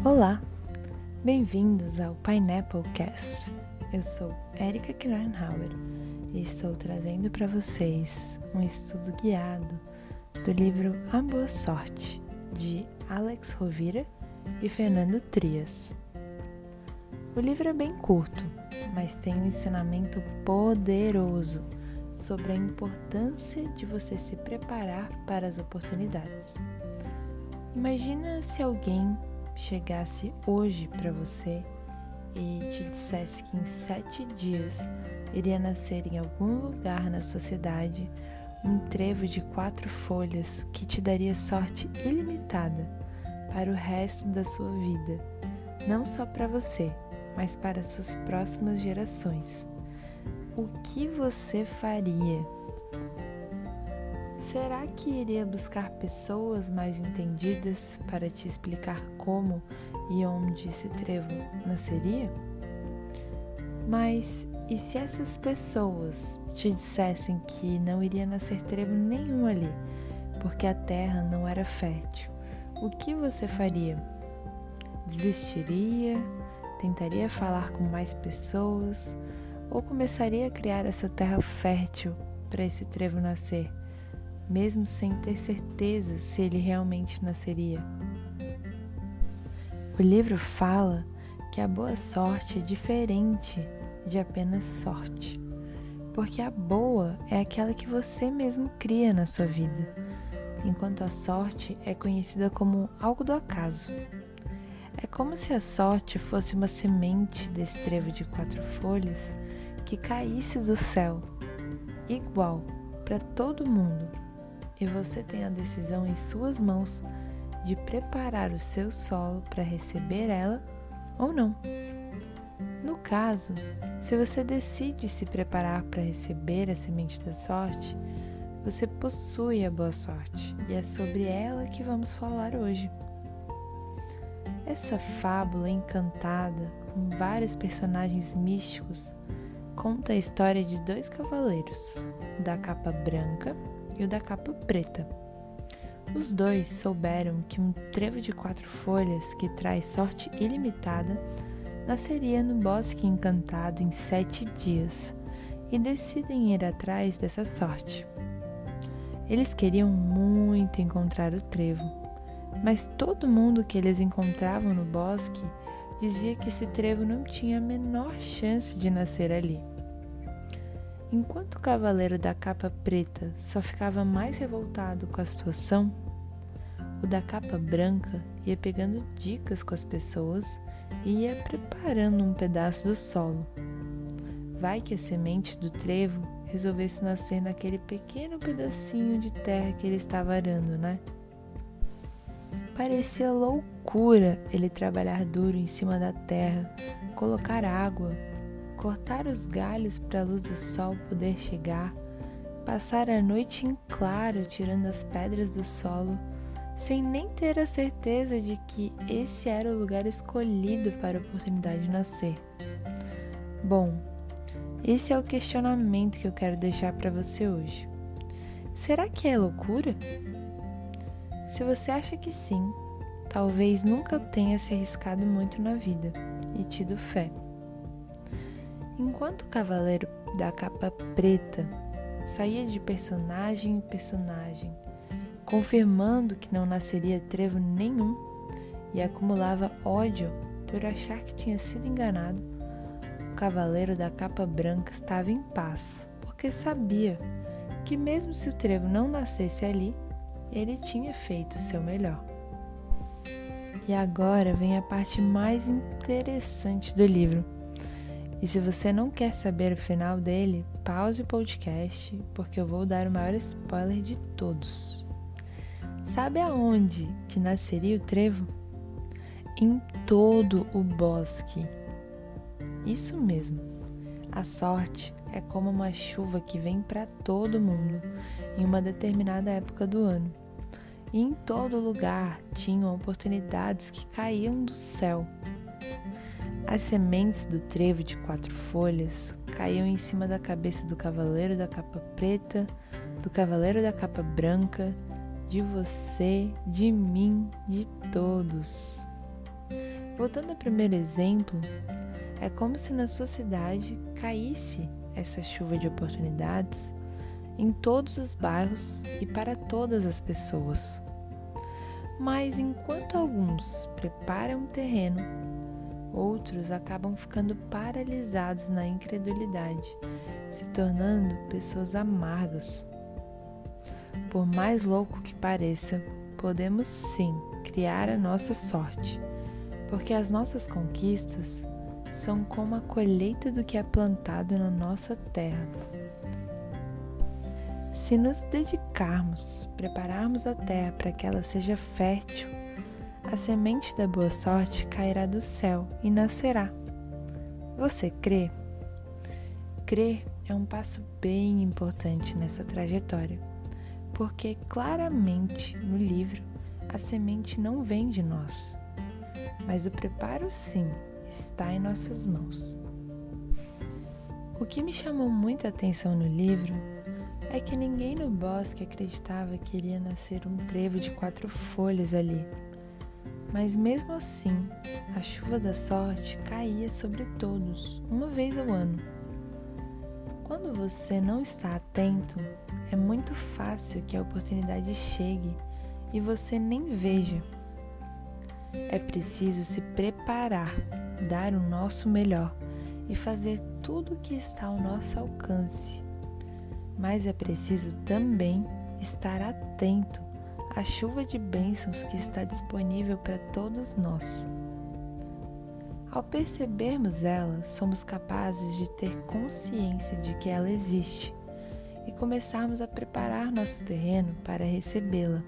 Olá, bem-vindos ao Pineapplecast. Eu sou Erika Kneinhauer e estou trazendo para vocês um estudo guiado do livro A Boa Sorte, de Alex Rovira e Fernando Trias. O livro é bem curto, mas tem um ensinamento poderoso sobre a importância de você se preparar para as oportunidades. Imagina se alguém chegasse hoje para você e te dissesse que em 7 dias iria nascer em algum lugar na sociedade um trevo de 4 folhas que te daria sorte ilimitada para o resto da sua vida, não só para você, mas para suas próximas gerações. O que você faria? Será que iria buscar pessoas mais entendidas para te explicar como e onde esse trevo nasceria? Mas e se essas pessoas te dissessem que não iria nascer trevo nenhum ali, porque a terra não era fértil? O que você faria? Desistiria? Tentaria falar com mais pessoas? Ou começaria a criar essa terra fértil para esse trevo nascer, mesmo sem ter certeza se ele realmente nasceria? O livro fala que a boa sorte é diferente de apenas sorte, porque a boa é aquela que você mesmo cria na sua vida, enquanto a sorte é conhecida como algo do acaso. É como se a sorte fosse uma semente desse trevo de 4 folhas que caísse do céu, igual para todo mundo, e você tem a decisão em suas mãos de preparar o seu solo para receber ela ou não. No caso, se você decide se preparar para receber a semente da sorte, você possui a boa sorte, e é sobre ela que vamos falar hoje. Essa fábula encantada, com vários personagens místicos, conta a história de 2 cavaleiros, o da capa branca e o da capa preta. Os 2 souberam que um trevo de 4 folhas que traz sorte ilimitada nasceria no bosque encantado em 7 dias e decidem ir atrás dessa sorte. Eles queriam muito encontrar o trevo, mas todo mundo que eles encontravam no bosque dizia que esse trevo não tinha a menor chance de nascer ali. Enquanto o cavaleiro da capa preta só ficava mais revoltado com a situação, o da capa branca ia pegando dicas com as pessoas e ia preparando um pedaço do solo. Vai que a semente do trevo resolvesse nascer naquele pequeno pedacinho de terra que ele estava arando, né? Parecia loucura ele trabalhar duro em cima da terra, colocar água, cortar os galhos para a luz do sol poder chegar, passar a noite em claro tirando as pedras do solo, sem nem ter a certeza de que esse era o lugar escolhido para a oportunidade nascer. Bom, esse é o questionamento que eu quero deixar para você hoje. Será que é loucura? Se você acha que sim, talvez nunca tenha se arriscado muito na vida e tido fé. Enquanto o cavaleiro da capa preta só ia de personagem em personagem, confirmando que não nasceria trevo nenhum e acumulava ódio por achar que tinha sido enganado, o cavaleiro da capa branca estava em paz, porque sabia que mesmo se o trevo não nascesse ali, ele tinha feito o seu melhor. E agora vem a parte mais interessante do livro. E se você não quer saber o final dele, pause o podcast, porque eu vou dar o maior spoiler de todos. Sabe aonde que nasceria o trevo? Em todo o bosque. Isso mesmo. A sorte é como uma chuva que vem para todo mundo em uma determinada época do ano. E em todo lugar tinham oportunidades que caíam do céu. As sementes do trevo de 4 folhas caíam em cima da cabeça do cavaleiro da capa preta, do cavaleiro da capa branca, de você, de mim, de todos. Voltando ao primeiro exemplo, é como se na sua cidade caísse essa chuva de oportunidades em todos os bairros e para todas as pessoas. Mas enquanto alguns preparam o terreno, outros acabam ficando paralisados na incredulidade, se tornando pessoas amargas. Por mais louco que pareça, podemos sim criar a nossa sorte, porque as nossas conquistas são como a colheita do que é plantado na nossa terra. Se nos dedicarmos, prepararmos a terra para que ela seja fértil, a semente da boa sorte cairá do céu e nascerá. Você crê? Crer é um passo bem importante nessa trajetória, porque claramente no livro a semente não vem de nós, mas o preparo sim está em nossas mãos. O que me chamou muita atenção no livro é que ninguém no bosque acreditava que iria nascer um trevo de 4 folhas ali. Mas mesmo assim, a chuva da sorte caía sobre todos, uma vez ao ano. Quando você não está atento, é muito fácil que a oportunidade chegue e você nem veja. É preciso se preparar, dar o nosso melhor e fazer tudo o que está ao nosso alcance. Mas é preciso também estar atento à chuva de bênçãos que está disponível para todos nós. Ao percebermos ela, somos capazes de ter consciência de que ela existe e começarmos a preparar nosso terreno para recebê-la.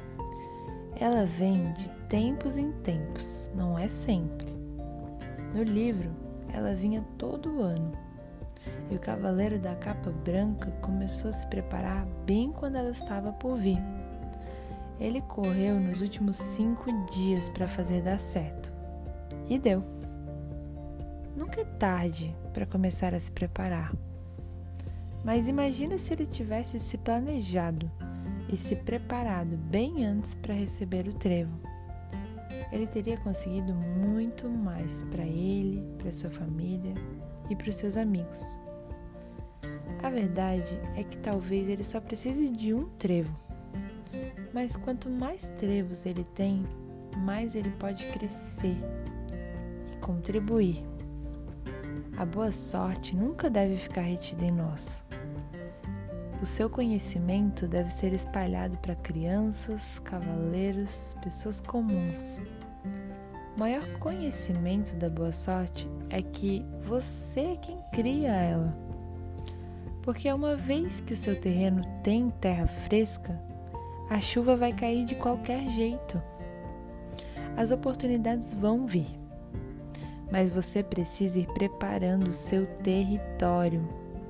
Ela vem de tempos em tempos, não é sempre. No livro, ela vinha todo ano, e o cavaleiro da capa branca começou a se preparar bem quando ela estava por vir. Ele correu nos últimos 5 dias para fazer dar certo. E deu. Nunca é tarde para começar a se preparar. Mas imagina se ele tivesse se planejado e se preparado bem antes para receber o trevo. Ele teria conseguido muito mais para ele, para sua família e para os seus amigos. A verdade é que talvez ele só precise de um trevo. Mas quanto mais trevos ele tem, mais ele pode crescer e contribuir. A boa sorte nunca deve ficar retida em nós. O seu conhecimento deve ser espalhado para crianças, cavaleiros, pessoas comuns. O maior conhecimento da boa sorte é que você é quem cria ela. Porque uma vez que o seu terreno tem terra fresca, a chuva vai cair de qualquer jeito. As oportunidades vão vir, mas você precisa ir preparando o seu território.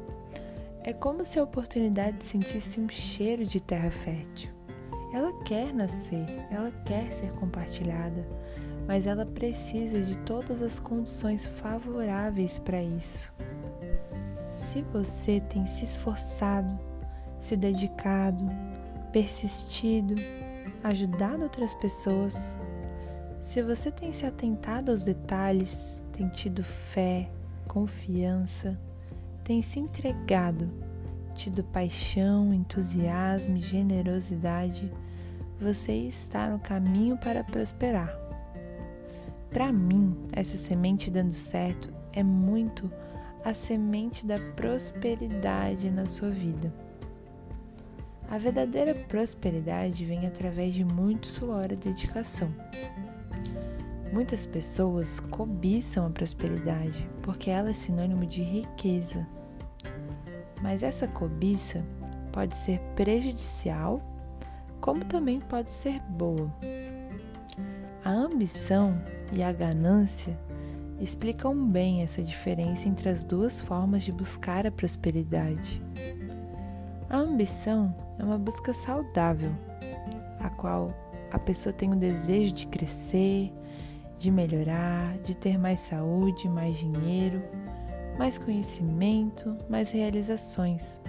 É como se a oportunidade sentisse um cheiro de terra fértil. Ela quer nascer, ela quer ser compartilhada, mas ela precisa de todas as condições favoráveis para isso. Se você tem se esforçado, se dedicado, persistido, ajudado outras pessoas, se você tem se atentado aos detalhes, tem tido fé, confiança, tem se entregado, tido paixão, entusiasmo e generosidade, você está no caminho para prosperar. Para mim, essa semente dando certo é muito a semente da prosperidade na sua vida. A verdadeira prosperidade vem através de muito suor e dedicação. Muitas pessoas cobiçam a prosperidade porque ela é sinônimo de riqueza. Mas essa cobiça pode ser prejudicial, como também pode ser boa. A ambição e a ganância explicam bem essa diferença entre as duas formas de buscar a prosperidade. A ambição é uma busca saudável, a qual a pessoa tem o desejo de crescer, de melhorar, de ter mais saúde, mais dinheiro, mais conhecimento, mais realizações.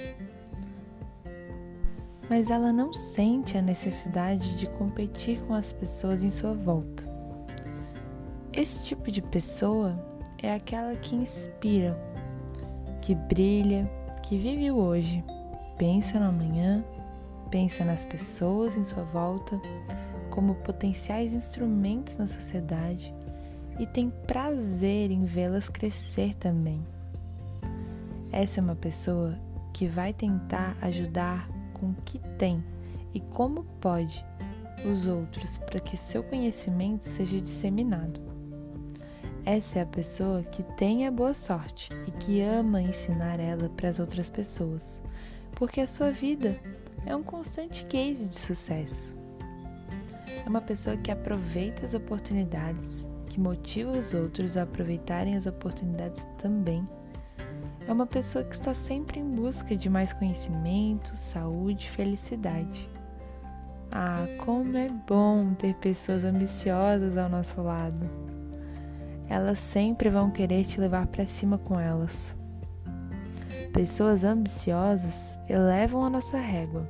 Mas ela não sente a necessidade de competir com as pessoas em sua volta. Esse tipo de pessoa é aquela que inspira, que brilha, que vive o hoje, pensa no amanhã, pensa nas pessoas em sua volta como potenciais instrumentos na sociedade e tem prazer em vê-las crescer também. Essa é uma pessoa que vai tentar ajudar com o que tem e como pode os outros para que seu conhecimento seja disseminado. Essa é a pessoa que tem a boa sorte e que ama ensinar ela para as outras pessoas, porque a sua vida é um constante case de sucesso. É uma pessoa que aproveita as oportunidades, que motiva os outros a aproveitarem as oportunidades também. É uma pessoa que está sempre em busca de mais conhecimento, saúde e felicidade. Ah, como é bom ter pessoas ambiciosas ao nosso lado. Elas sempre vão querer te levar para cima com elas. Pessoas ambiciosas elevam a nossa régua,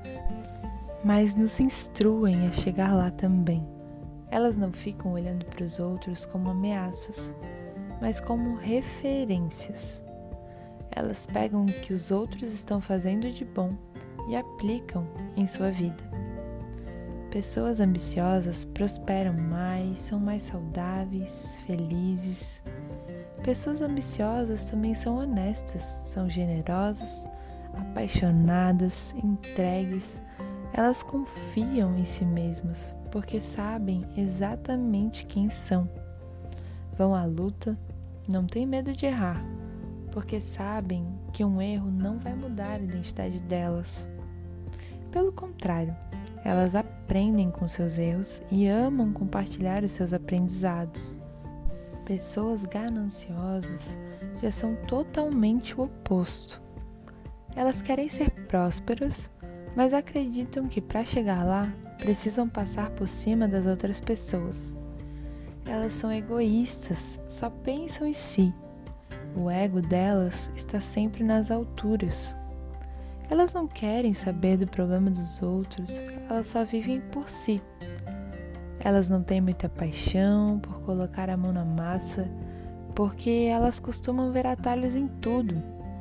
mas nos instruem a chegar lá também. Elas não ficam olhando para os outros como ameaças, mas como referências. Elas pegam o que os outros estão fazendo de bom e aplicam em sua vida. Pessoas ambiciosas prosperam mais, são mais saudáveis, felizes. Pessoas ambiciosas também são honestas, são generosas, apaixonadas, entregues. Elas confiam em si mesmas, porque sabem exatamente quem são. Vão à luta, não têm medo de errar, porque sabem que um erro não vai mudar a identidade delas. Pelo contrário, elas aprendem com seus erros e amam compartilhar os seus aprendizados. Pessoas gananciosas já são totalmente o oposto. Elas querem ser prósperas, mas acreditam que para chegar lá precisam passar por cima das outras pessoas. Elas são egoístas, só pensam em si. O ego delas está sempre nas alturas. Elas não querem saber do problema dos outros, elas só vivem por si. Elas não têm muita paixão por colocar a mão na massa, porque elas costumam ver atalhos em tudo.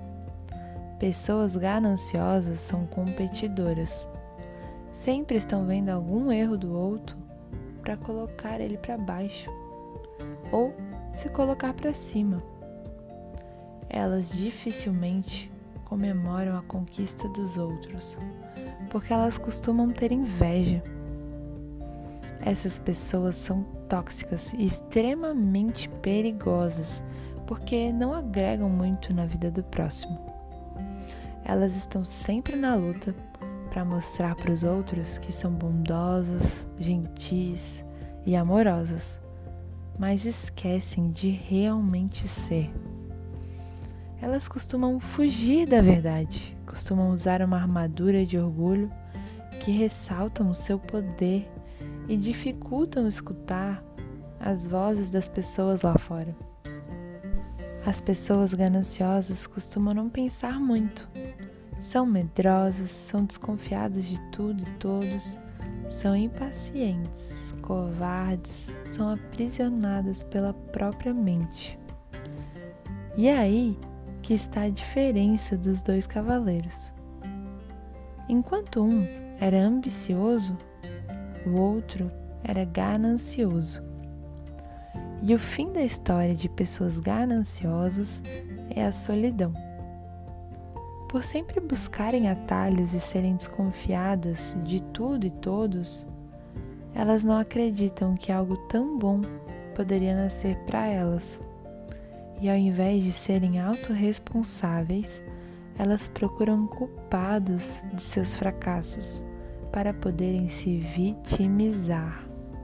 Pessoas gananciosas são competidoras. Sempre estão vendo algum erro do outro para colocar ele para baixo ou se colocar para cima. Elas dificilmente comemoram a conquista dos outros, porque elas costumam ter inveja. Essas pessoas são tóxicas e extremamente perigosas, porque não agregam muito na vida do próximo. Elas estão sempre na luta para mostrar para os outros que são bondosas, gentis e amorosas, mas esquecem de realmente ser. Elas costumam fugir da verdade, costumam usar uma armadura de orgulho que ressaltam o seu poder e dificultam escutar as vozes das pessoas lá fora. As pessoas gananciosas costumam não pensar muito. São medrosas, são desconfiadas de tudo e todos, são impacientes, covardes, são aprisionadas pela própria mente. E é aí que está a diferença dos dois cavaleiros. Enquanto um era ambicioso, o outro era ganancioso. E o fim da história de pessoas gananciosas é a solidão. Por sempre buscarem atalhos e serem desconfiadas de tudo e todos, elas não acreditam que algo tão bom poderia nascer para elas. E ao invés de serem autorresponsáveis, elas procuram culpados de seus fracassos para poderem se vitimizar.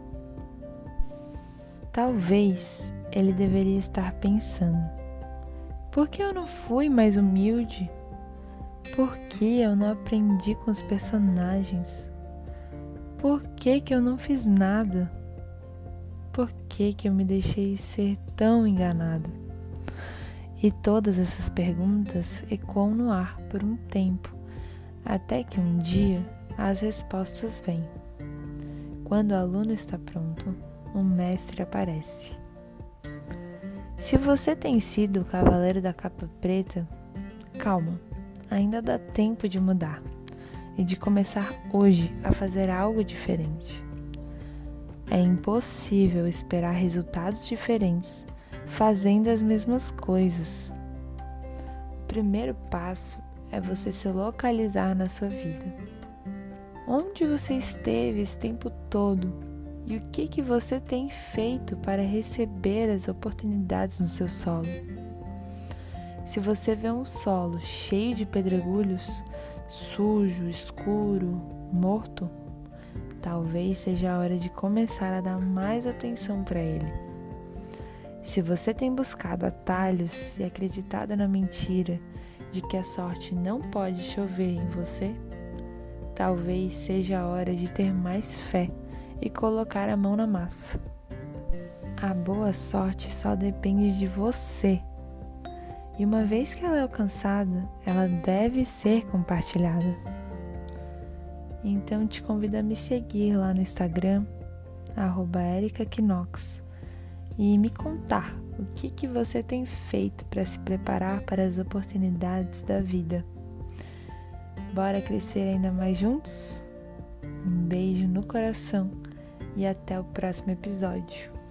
Talvez ele deveria estar pensando: por que eu não fui mais humilde? Por que eu não aprendi com os personagens? Por que eu não fiz nada? Por que eu me deixei ser tão enganado? E todas essas perguntas ecoam no ar por um tempo, até que um dia as respostas vêm. Quando o aluno está pronto, o mestre aparece. Se você tem sido o cavaleiro da capa preta, calma, ainda dá tempo de mudar e de começar hoje a fazer algo diferente. É impossível esperar resultados diferentes fazendo as mesmas coisas. O primeiro passo é você se localizar na sua vida. Onde você esteve esse tempo todo e o que você tem feito para receber as oportunidades no seu solo? Se você vê um solo cheio de pedregulhos, sujo, escuro, morto, talvez seja a hora de começar a dar mais atenção para ele. Se você tem buscado atalhos e acreditado na mentira de que a sorte não pode chover em você, talvez seja a hora de ter mais fé e colocar a mão na massa. A boa sorte só depende de você. E uma vez que ela é alcançada, ela deve ser compartilhada. Então te convido a me seguir lá no Instagram, @ericaquinox, e me contar o que você tem feito para se preparar para as oportunidades da vida. Bora crescer ainda mais juntos? Um beijo no coração e até o próximo episódio.